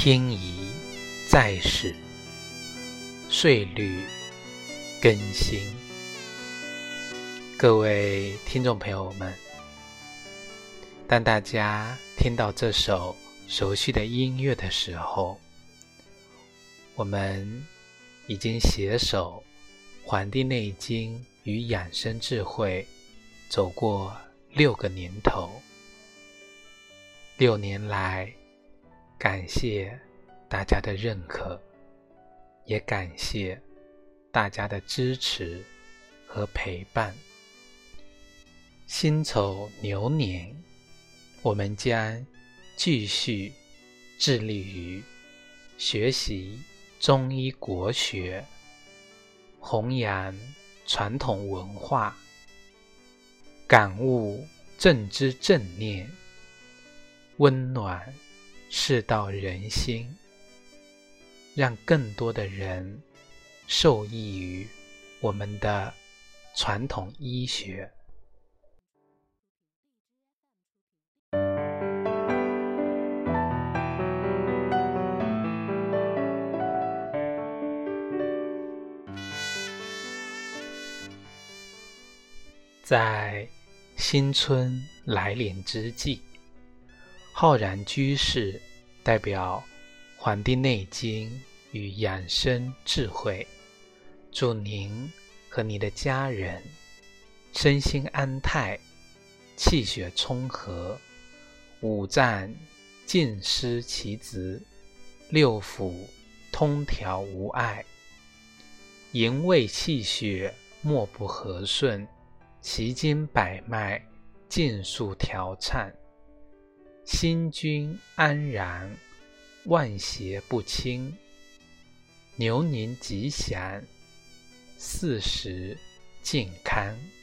天仪在始，岁律更新。各位听众朋友们，当大家听到这首熟悉的音乐的时候，我们已经携手《黄帝内经》与养生智慧走过6个年头。6年来，感谢大家的认可，也感谢大家的支持和陪伴。辛丑牛年，我们将继续致力于学习中医国学，弘扬传统文化，感悟正知正念，温暖世道人心，让更多的人受益于我们的传统医学。在新春来临之际，浩然居士代表《黄帝内经》与养生智慧，祝您和你的家人身心安泰，气血充和，五脏尽施其职，六腑通调无碍，营卫气血莫不和顺，奇经百脉尽数调畅，心君安然，万邪不侵，牛年吉祥，40健康。